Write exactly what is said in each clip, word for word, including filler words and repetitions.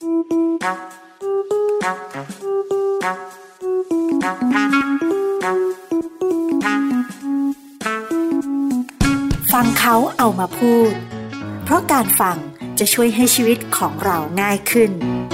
ฟังเขาเอามาพูดเพราะการฟังจะช่วยให้ชีวิตของเราง่ายขึ้น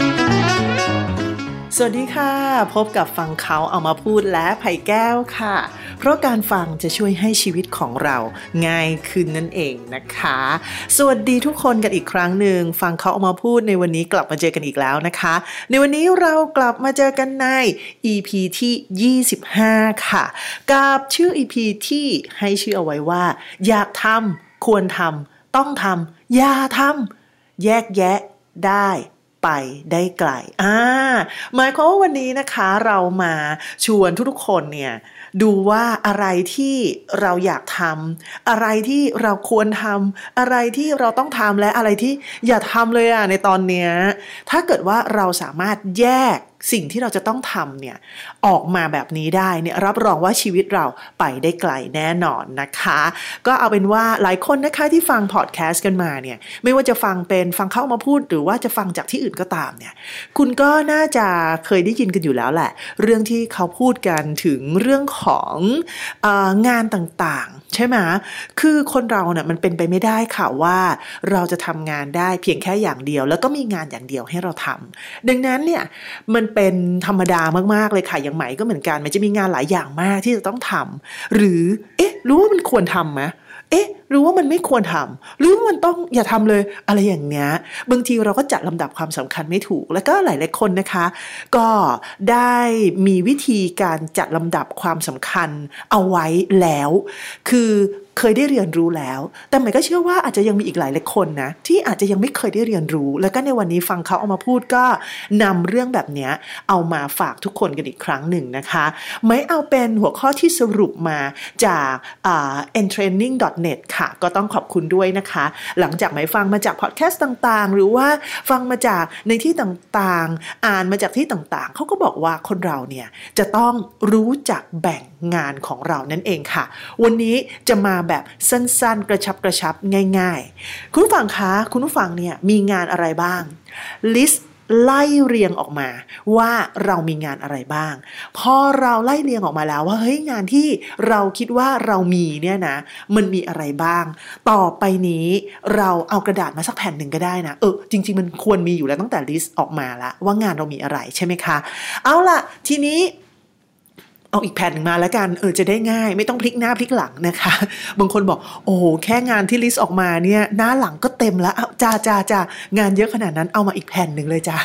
สวัสดีค่ะพบกับฟังเขาเอามาพูดและไผ่แก้วค่ะเพราะการฟังจะช่วยให้ชีวิตของเราง่ายขึ้นนั่นเองนะคะสวัสดีทุกคนกันอีกครั้งหนึ่งฟังเขาเอามาพูดในวันนี้กลับมาเจอกันอีกแล้วนะคะในวันนี้เรากลับมาเจอกันใน อี พี ที่ยี่สิบห้าค่ะกับชื่อ อี พี ที่ให้ชื่อเอาไว้ว่าอยากทำควรทำต้องทำอย่าทำแยกแยะได้ไปได้ไกลอ่าหมายความว่าวันนี้นะคะเรามาชวนทุกๆคนเนี่ยดูว่าอะไรที่เราอยากทำอะไรที่เราควรทำอะไรที่เราต้องทำและอะไรที่อย่าทำเลยอ่ะในตอนเนี้ยถ้าเกิดว่าเราสามารถแยกสิ่งที่เราจะต้องทำเนี่ยออกมาแบบนี้ได้เนี่ยรับรองว่าชีวิตเราไปได้ไกลแน่นอนนะคะก็เอาเป็นว่าหลายคนนะคะที่ฟังพอดแคสต์กันมาเนี่ยไม่ว่าจะฟังเป็นฟังเข้ามาพูดหรือว่าจะฟังจากที่อื่นก็ตามเนี่ยคุณก็น่าจะเคยได้ยินกันอยู่แล้วแหละเรื่องที่เขาพูดกันถึงเรื่องของเอ่องานต่างๆใช่ไหมคือคนเราเนี่ยมันเป็นไปไม่ได้ค่ะว่าเราจะทำงานได้เพียงแค่อย่างเดียวแล้วก็มีงานอย่างเดียวให้เราทำดังนั้นเนี่ยมันเป็นธรรมดามากๆเลยค่ะอย่างไหมก็เหมือนกันมันจะมีงานหลายอย่างมากที่จะต้องทำหรือเอ๊ะรู้ว่ามันควรทำไหมเอ๊ะรู้ว่ามันไม่ควรทำหรือว่ามันต้องอย่าทำเลยอะไรอย่างเนี้ยบางทีเราก็จัดลำดับความสำคัญไม่ถูกแล้วก็หลายๆคนนะคะก็ได้มีวิธีการจัดลำดับความสำคัญเอาไว้แล้วคือเคยได้เรียนรู้แล้วแต่หมายก็เชื่อว่าอาจจะยังมีอีกหลายหลายคนนะที่อาจจะยังไม่เคยได้เรียนรู้แล้วก็ในวันนี้ฟังเขาเอามาพูดก็นำเรื่องแบบนี้เอามาฝากทุกคนกันอีกครั้งหนึ่งนะคะไม่เอาเป็นหัวข้อที่สรุปมาจากอ่า เอ็น เทรนนิ่ง ดอท เน็ต ค่ะก็ต้องขอบคุณด้วยนะคะหลังจากไหมฟังมาจากพอดแคสต์ต่างๆหรือว่าฟังมาจากในที่ต่างๆอ่านมาจากที่ต่างๆเขาก็บอกว่าคนเราเนี่ยจะต้องรู้จักแบ่งงานของเรานั่นเองค่ะวันนี้จะมาแบบสั้นๆกระชับกระชับง่ายๆคุณผู้ฟังคะคุณผู้ฟังเนี่ยมีงานอะไรบ้างลิสต์ไล่เรียงออกมาว่าเรามีงานอะไรบ้างพอเราไล่เรียงออกมาแล้วว่าเฮ้ยงานที่เราคิดว่าเรามีเนี่ยนะมันมีอะไรบ้างต่อไปนี้เราเอากระดาษมาสักแผ่นหนึ่งก็ได้นะเออจริงๆมันควรมีอยู่แล้วตั้งแต่ลิสต์ออกมาแล้วว่างานเรามีอะไรใช่ไหมคะเอาล่ะทีนี้เอาอีกแผ่นหนึ่งมาแล้วกันเออจะได้ง่ายไม่ต้องพลิกหน้าพลิกหลังนะคะบางคนบอกโอ้โหแค่งานที่ลิสต์ออกมาเนี่ยหน้าหลังก็เต็มแล้วเอาจ้าจ้าจ้างานเยอะขนาดนั้นเอามาอีกแผ่นหนึ่งเลยจ้า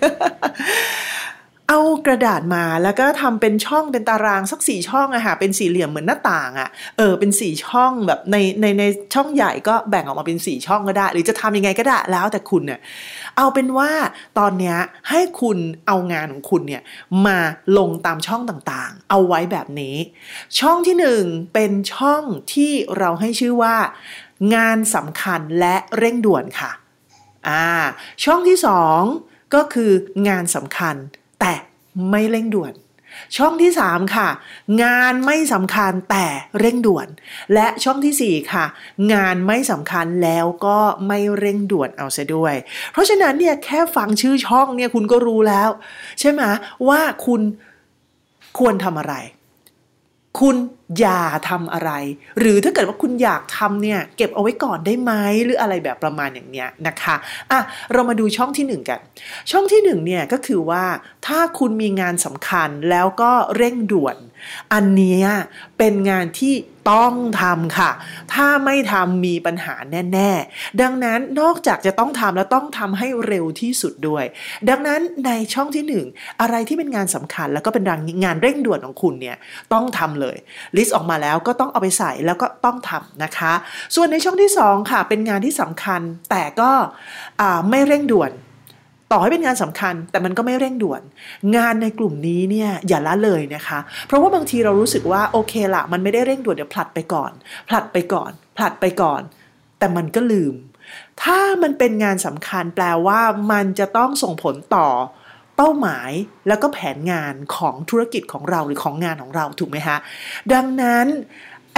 เอากระดาษมาแล้วก็ทำเป็นช่องเป็นตารางสักสี่ช่องอะค่ะเป็นสี่เหลี่ยมเหมือนหน้าต่างอะเออเป็นสี่ช่องแบบในในในช่องใหญ่ก็แบ่งออกมาเป็นสี่ช่องก็ได้หรือจะทำยังไงก็ได้แล้วแต่คุณเนี่ยเอาเป็นว่าตอนเนี้ยให้คุณเอางานของคุณเนี่ยมาลงตามช่องต่างๆเอาไว้แบบนี้ช่องที่หนึ่งเป็นช่องที่เราให้ชื่อว่างานสำคัญและเร่งด่วนค่ะอ่าช่องที่สองก็คืองานสำคัญแต่ไม่เร่งด่วนช่องที่สามค่ะงานไม่สำคัญแต่เร่งด่วนและช่องที่สี่ค่ะงานไม่สำคัญแล้วก็ไม่เร่งด่วนเอาซะด้วยเพราะฉะนั้นเนี่ยแค่ฟังชื่อช่องเนี่ยคุณก็รู้แล้วใช่ไหมว่าคุณควรทำอะไรคุณอย่าทำอะไรหรือถ้าเกิดว่าคุณอยากทำเนี่ยเก็บเอาไว้ก่อนได้ไหมหรืออะไรแบบประมาณอย่างเนี้ยนะคะอ่ะเรามาดูช่องที่หนึ่งกันช่องที่หนึ่งเนี่ยก็คือว่าถ้าคุณมีงานสำคัญแล้วก็เร่งด่วนอันนี้เป็นงานที่ต้องทำค่ะถ้าไม่ทำมีปัญหาแน่ๆดังนั้นนอกจากจะต้องทำแล้วต้องทำให้เร็วที่สุดด้วยดังนั้นในช่องที่หนึ่งอะไรที่เป็นงานสำคัญแล้วก็เป็นงานเร่งด่วนของคุณเนี่ยต้องทำเลยลิสต์ออกมาแล้วก็ต้องเอาไปใส่แล้วก็ต้องทำนะคะส่วนในช่องที่สองค่ะเป็นงานที่สำคัญแต่ก็ไม่เร่งด่วนต่อให้เป็นงานสำคัญแต่มันก็ไม่เร่งด่วนงานในกลุ่มนี้เนี่ยอย่าละเลยนะคะเพราะว่าบางทีเรารู้สึกว่าโอเคละมันไม่ได้เร่งด่วนเดี๋ยวผลัดไปก่อนผลัดไปก่อนผลัดไปก่อนแต่มันก็ลืมถ้ามันเป็นงานสำคัญแปลว่ามันจะต้องส่งผลต่อเป้าหมายแล้วก็แผนงานของธุรกิจของเราหรือของงานของเราถูกไหมคะดังนั้นไอ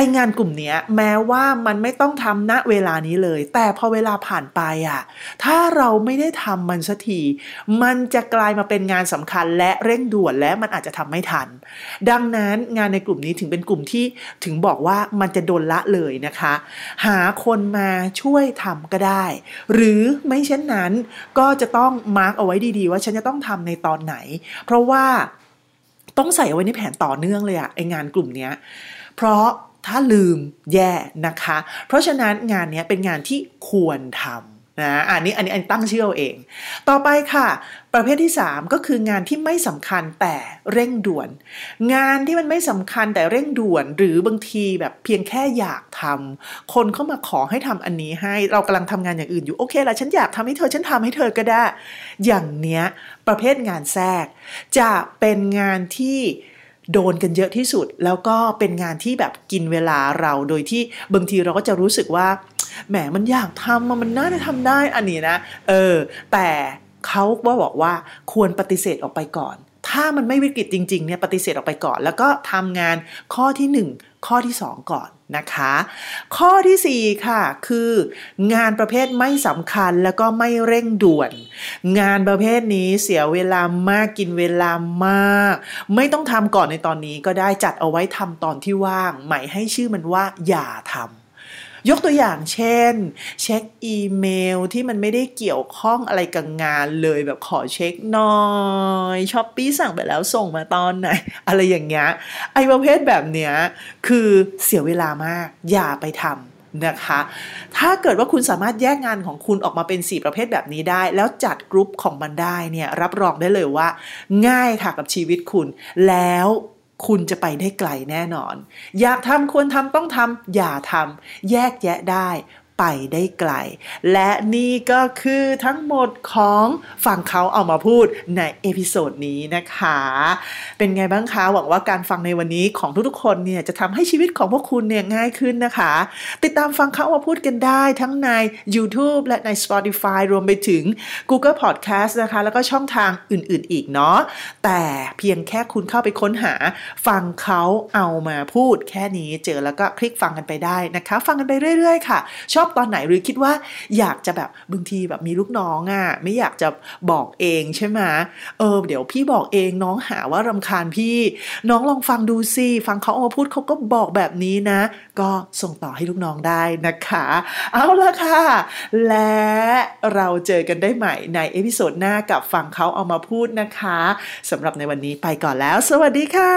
งานกลุ่มนี้แม้ว่ามันไม่ต้องทำณเวลานี้เลยแต่พอเวลาผ่านไปอ่ะถ้าเราไม่ได้ทำมันสักทีมันจะกลายมาเป็นงานสำคัญและเร่งด่วนและมันอาจจะทำไม่ทันดังนั้นงานในกลุ่มนี้ถึงเป็นกลุ่มที่ถึงบอกว่ามันจะโดนละเลยนะคะหาคนมาช่วยทำก็ได้หรือไม่เช่นนั้นก็จะต้องมาร์กเอาไว้ดีๆว่าฉันจะต้องทำในตอนไหนเพราะว่าต้องใส่เอาไว้ในแผนต่อเนื่องเลยอะไองานกลุ่มเนี้ยเพราะถ้าลืมแย่นะคะเพราะฉะนั้นงานนี้เป็นงานที่ควรทำนะอันนี้อันนี้อันตั้งชื่อเอาเองต่อไปค่ะประเภทที่สามก็คืองานที่ไม่สำคัญแต่เร่งด่วนงานที่มันไม่สำคัญแต่เร่งด่วนหรือบางทีแบบเพียงแค่อยากทำคนเข้ามาขอให้ทำอันนี้ให้เรากำลังทำงานอย่างอื่นอยู่โอเคละฉันอยากทำให้เธอฉันทำให้เธอก็ได้อย่างเนี้ยประเภทงานแทรกจะเป็นงานที่โดนกันเยอะที่สุดแล้วก็เป็นงานที่แบบกินเวลาเราโดยที่บางทีเราก็จะรู้สึกว่าแหมมันอยากทำมันน่าจะทำได้อันนี้นะเออแต่เขาว่าบอกว่าควรปฏิเสธออกไปก่อนถ้ามันไม่วิกฤตจริงๆเนี่ยปฏิเสธออกไปก่อนแล้วก็ทำงานข้อที่หนึ่งข้อที่สองก่อนนะคะข้อที่สี่ค่ะคืองานประเภทไม่สำคัญแล้วก็ไม่เร่งด่วนงานประเภทนี้เสียเวลามากกินเวลามากไม่ต้องทำก่อนในตอนนี้ก็ได้จัดเอาไว้ทำตอนที่ว่างหมายให้ชื่อมันว่าอย่าทำยกตัวอย่างเช่นเช็คอีเมลที่มันไม่ได้เกี่ยวข้องอะไรกับงานเลยแบบขอเช็คหน่อยช้อปปี้สั่งไปแล้วส่งมาตอนไหนอะไรอย่างเงี้ยไอ้ประเภทแบบเนี้ยคือเสียเวลามากอย่าไปทำนะคะถ้าเกิดว่าคุณสามารถแยกงานของคุณออกมาเป็นสี่ประเภทแบบนี้ได้แล้วจัดกรุ๊ปของมันได้เนี่ยรับรองได้เลยว่าง่ายค่ะกับชีวิตคุณแล้วคุณจะไปได้ไกลแน่นอนอยากทำควรทำต้องทำอย่าทำแยกแยะได้ไปได้ไกลและนี่ก็คือทั้งหมดของฟังเขาเอามาพูดในเอพิโซดนี้นะคะเป็นไงบ้างคะหวังว่าการฟังในวันนี้ของทุกๆคนเนี่ยจะทำให้ชีวิตของพวกคุณเนี่ยง่ายขึ้นนะคะติดตามฟังเขาเอามาพูดกันได้ทั้งใน YouTube และใน Spotify รวมไปถึง Google Podcast นะคะแล้วก็ช่องทางอื่นๆอีกเนาะแต่เพียงแค่คุณเข้าไปค้นหาฟังเขาเอามาพูดแค่นี้เจอแล้วก็คลิกฟังกันไปได้นะคะฟังกันไปเรื่อยๆค่ะชอบตอนไหนหรือคิดว่าอยากจะแบบบางทีแบบมีลูกน้องอ่ะไม่อยากจะบอกเองใช่ไหมเออเดี๋ยวพี่บอกเองน้องหาว่ารำคาญพี่น้องลองฟังดูสิฟังเขาเอามาพูดเขาก็บอกแบบนี้นะก็ส่งต่อให้ลูกน้องได้นะคะเอาละค่ะและเราเจอกันได้ใหม่ในเอพิโซดหน้ากับฟังเขาเอามาพูดนะคะสำหรับในวันนี้ไปก่อนแล้วสวัสดีค่ะ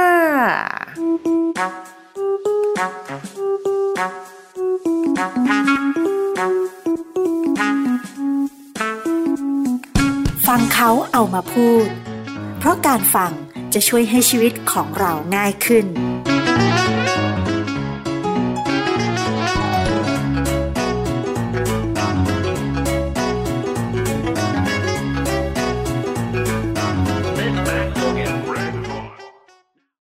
ฟังเขาเอามาพูดเพราะการฟังจะช่วยให้ชีวิตของเราง่ายขึ้น